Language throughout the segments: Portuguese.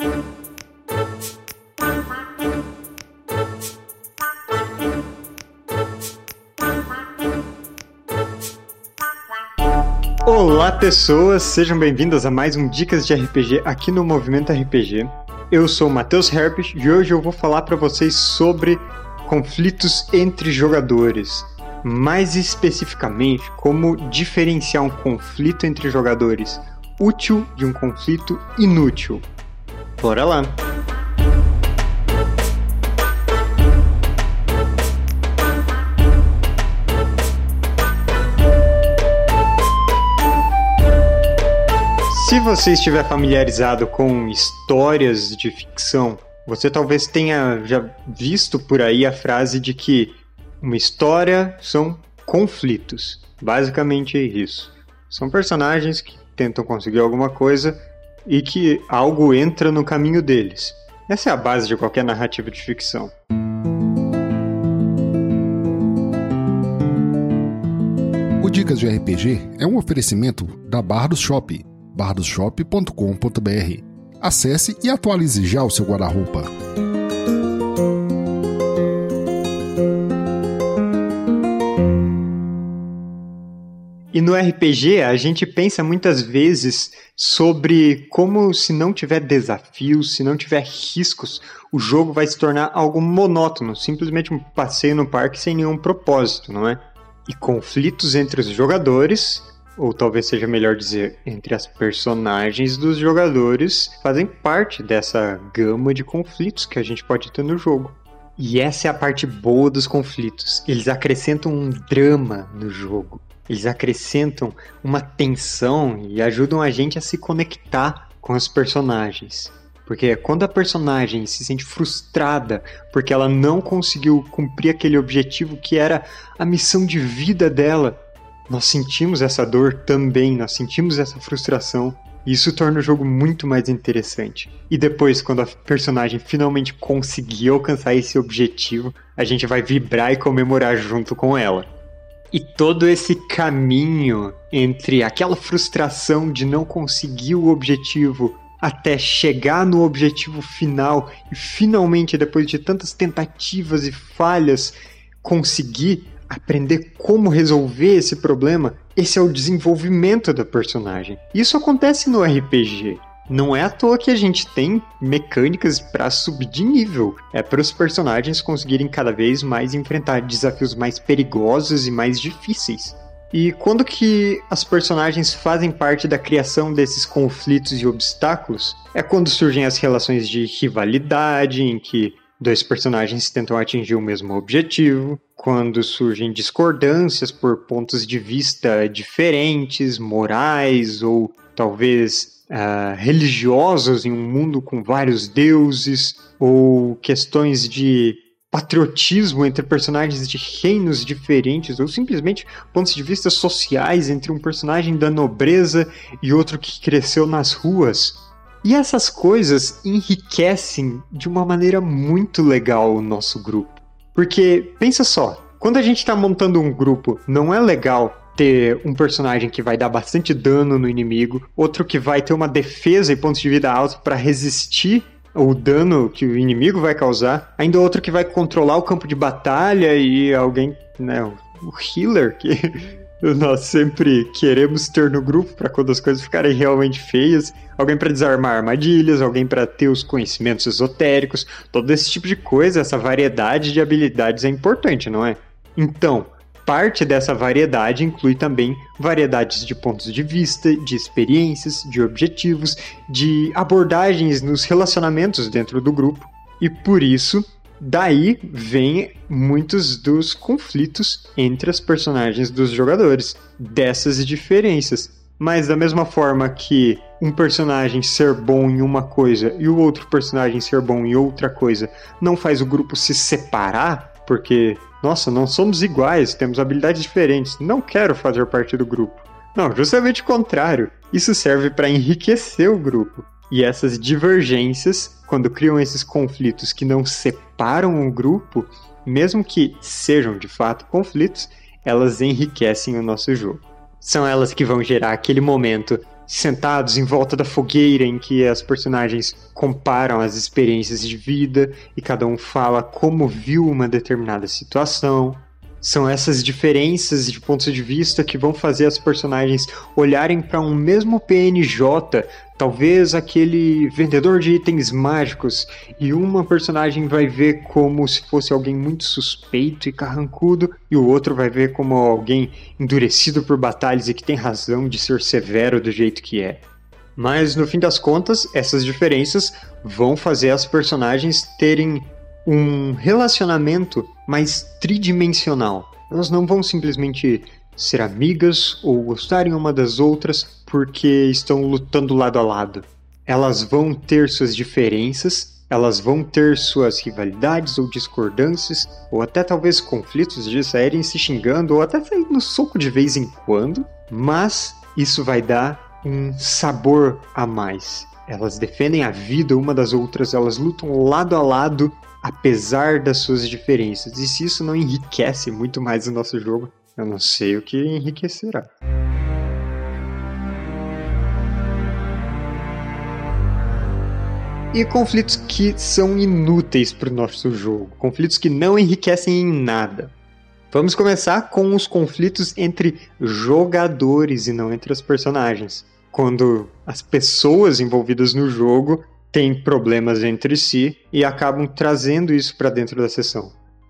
Olá pessoas, sejam bem-vindas a mais um Dicas de RPG aqui no Movimento RPG. Eu sou o Matheus Herpes e hoje eu vou falar para vocês sobre conflitos entre jogadores. Mais especificamente, como diferenciar um conflito entre jogadores útil de um conflito inútil. Bora lá! Se você estiver familiarizado com histórias de ficção, você talvez tenha já visto por aí a frase de que uma história são conflitos. Basicamente é isso. São personagens que tentam conseguir alguma coisa e que algo entra no caminho deles. Essa é a base de qualquer narrativa de ficção. O Dicas de RPG é um oferecimento da Bardos Shop. bardosshop.com.br. Acesse e atualize já o seu guarda-roupa. E no RPG, a gente pensa muitas vezes sobre como, se não tiver desafios, se não tiver riscos, o jogo vai se tornar algo monótono, simplesmente um passeio no parque sem nenhum propósito, não é? E conflitos entre os jogadores, ou talvez seja melhor dizer, entre as personagens dos jogadores, fazem parte dessa gama de conflitos que a gente pode ter no jogo. E essa é a parte boa dos conflitos. Eles acrescentam um drama no jogo. Eles acrescentam uma tensão e ajudam a gente a se conectar com os personagens. Porque quando a personagem se sente frustrada porque ela não conseguiu cumprir aquele objetivo que era a missão de vida dela, nós sentimos essa dor também, nós sentimos essa frustração, e isso torna o jogo muito mais interessante. E depois, quando a personagem finalmente conseguir alcançar esse objetivo, a gente vai vibrar e comemorar junto com ela. E todo esse caminho entre aquela frustração de não conseguir o objetivo até chegar no objetivo final e finalmente, depois de tantas tentativas e falhas, conseguir aprender como resolver esse problema, esse é o desenvolvimento da personagem. Isso acontece no RPG. Não é à toa que a gente tem mecânicas para subir de nível. É para os personagens conseguirem cada vez mais enfrentar desafios mais perigosos e mais difíceis. E quando que as personagens fazem parte da criação desses conflitos e obstáculos, é quando surgem as relações de rivalidade, em que dois personagens tentam atingir o mesmo objetivo, quando surgem discordâncias por pontos de vista diferentes, morais ou talvez religiosos em um mundo com vários deuses, ou questões de patriotismo entre personagens de reinos diferentes, ou simplesmente pontos de vista sociais entre um personagem da nobreza e outro que cresceu nas ruas. E essas coisas enriquecem de uma maneira muito legal o nosso grupo. Porque, pensa só, quando a gente está montando um grupo, não é legal ter um personagem que vai dar bastante dano no inimigo, outro que vai ter uma defesa e pontos de vida altos para resistir ao dano que o inimigo vai causar, ainda outro que vai controlar o campo de batalha e alguém, né, o healer que nós sempre queremos ter no grupo para quando as coisas ficarem realmente feias, alguém para desarmar armadilhas, alguém para ter os conhecimentos esotéricos, todo esse tipo de coisa, essa variedade de habilidades é importante, não é? Então, parte dessa variedade inclui também variedades de pontos de vista, de experiências, de objetivos, de abordagens nos relacionamentos dentro do grupo. E por isso, daí vem muitos dos conflitos entre as personagens dos jogadores, dessas diferenças. Mas da mesma forma que um personagem ser bom em uma coisa e o outro personagem ser bom em outra coisa não faz o grupo se separar, porque, nossa, não somos iguais, temos habilidades diferentes, não quero fazer parte do grupo. Não, justamente o contrário. Isso serve para enriquecer o grupo. E essas divergências, quando criam esses conflitos que não separam o grupo, mesmo que sejam de fato conflitos, elas enriquecem o nosso jogo. São elas que vão gerar aquele momento sentados em volta da fogueira em que as personagens comparam as experiências de vida e cada um fala como viu uma determinada situação. São essas diferenças de pontos de vista que vão fazer as personagens olharem para um mesmo PNJ, talvez aquele vendedor de itens mágicos, e uma personagem vai ver como se fosse alguém muito suspeito e carrancudo, e o outro vai ver como alguém endurecido por batalhas e que tem razão de ser severo do jeito que é. Mas no fim das contas, essas diferenças vão fazer as personagens terem um relacionamento mais tridimensional. Elas não vão simplesmente ser amigas ou gostarem uma das outras porque estão lutando lado a lado. Elas vão ter suas diferenças, elas vão ter suas rivalidades ou discordâncias, ou até talvez conflitos de saírem se xingando ou até sair no soco de vez em quando, mas isso vai dar um sabor a mais. Elas defendem a vida uma das outras, elas lutam lado a lado, apesar das suas diferenças. E se isso não enriquece muito mais o nosso jogo, eu não sei o que enriquecerá. E conflitos que são inúteis para o nosso jogo, conflitos que não enriquecem em nada. Vamos começar com os conflitos entre jogadores e não entre os personagens. Quando as pessoas envolvidas no jogo têm problemas entre si e acabam trazendo isso para dentro da sessão.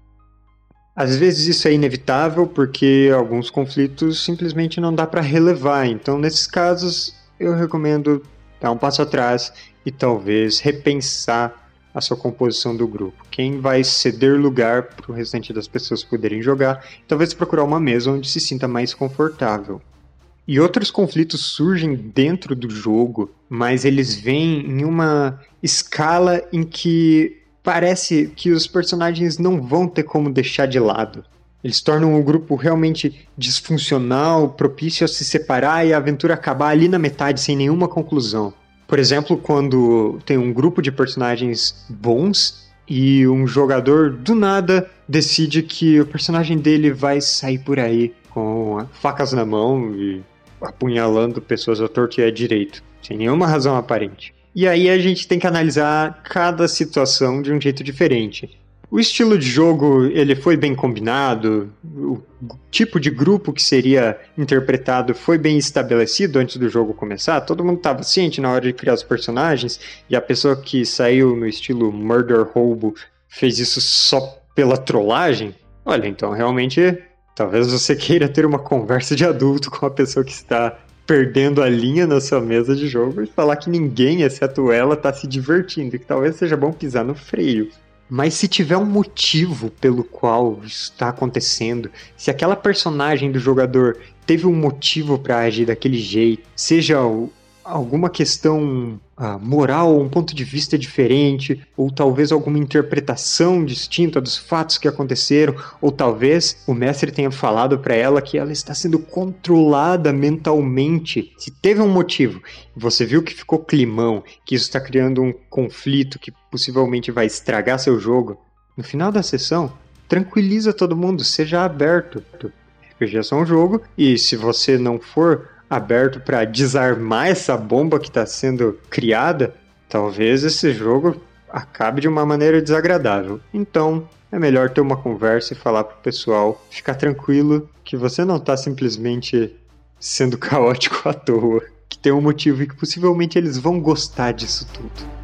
Às vezes isso é inevitável porque alguns conflitos simplesmente não dá para relevar. Então, nesses casos, eu recomendo dar um passo atrás e talvez repensar a sua composição do grupo. Quem vai ceder lugar para o restante das pessoas poderem jogar, talvez procurar uma mesa onde se sinta mais confortável. E outros conflitos surgem dentro do jogo, mas eles vêm em uma escala em que parece que os personagens não vão ter como deixar de lado. Eles tornam o grupo realmente disfuncional, propício a se separar e a aventura acabar ali na metade sem nenhuma conclusão. Por exemplo, quando tem um grupo de personagens bons e um jogador do nada decide que o personagem dele vai sair por aí com facas na mão e apunhalando pessoas à torto e à direito, sem nenhuma razão aparente. E aí a gente tem que analisar cada situação de um jeito diferente. O estilo de jogo, ele foi bem combinado, o tipo de grupo que seria interpretado foi bem estabelecido antes do jogo começar, todo mundo estava ciente na hora de criar os personagens, e a pessoa que saiu no estilo Murder Hobo fez isso só pela trollagem? Olha, então realmente talvez você queira ter uma conversa de adulto com a pessoa que está perdendo a linha na sua mesa de jogo e falar que ninguém, exceto ela, está se divertindo e que talvez seja bom pisar no freio. Mas se tiver um motivo pelo qual isso está acontecendo, se aquela personagem do jogador teve um motivo para agir daquele jeito, seja alguma questão moral, um ponto de vista diferente, ou talvez alguma interpretação distinta dos fatos que aconteceram, ou talvez o mestre tenha falado para ela que ela está sendo controlada mentalmente. Se teve um motivo, você viu que ficou climão, que isso está criando um conflito que possivelmente vai estragar seu jogo, no final da sessão, tranquiliza todo mundo, seja aberto. RPG é só um jogo, e se você não for aberto para desarmar essa bomba que está sendo criada, talvez esse jogo acabe de uma maneira desagradável. Então, é melhor ter uma conversa e falar pro pessoal ficar tranquilo que você não está simplesmente sendo caótico à toa, que tem um motivo e que possivelmente eles vão gostar disso tudo.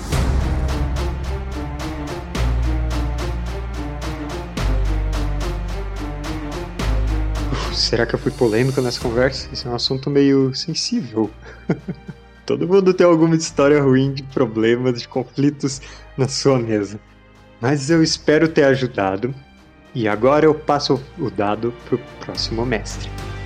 Será que eu fui polêmico nessa conversa? Esse é um assunto meio sensível. Todo mundo tem alguma história ruim de problemas, de conflitos na sua mesa. Mas eu espero ter ajudado. E agora eu passo o dado pro próximo mestre.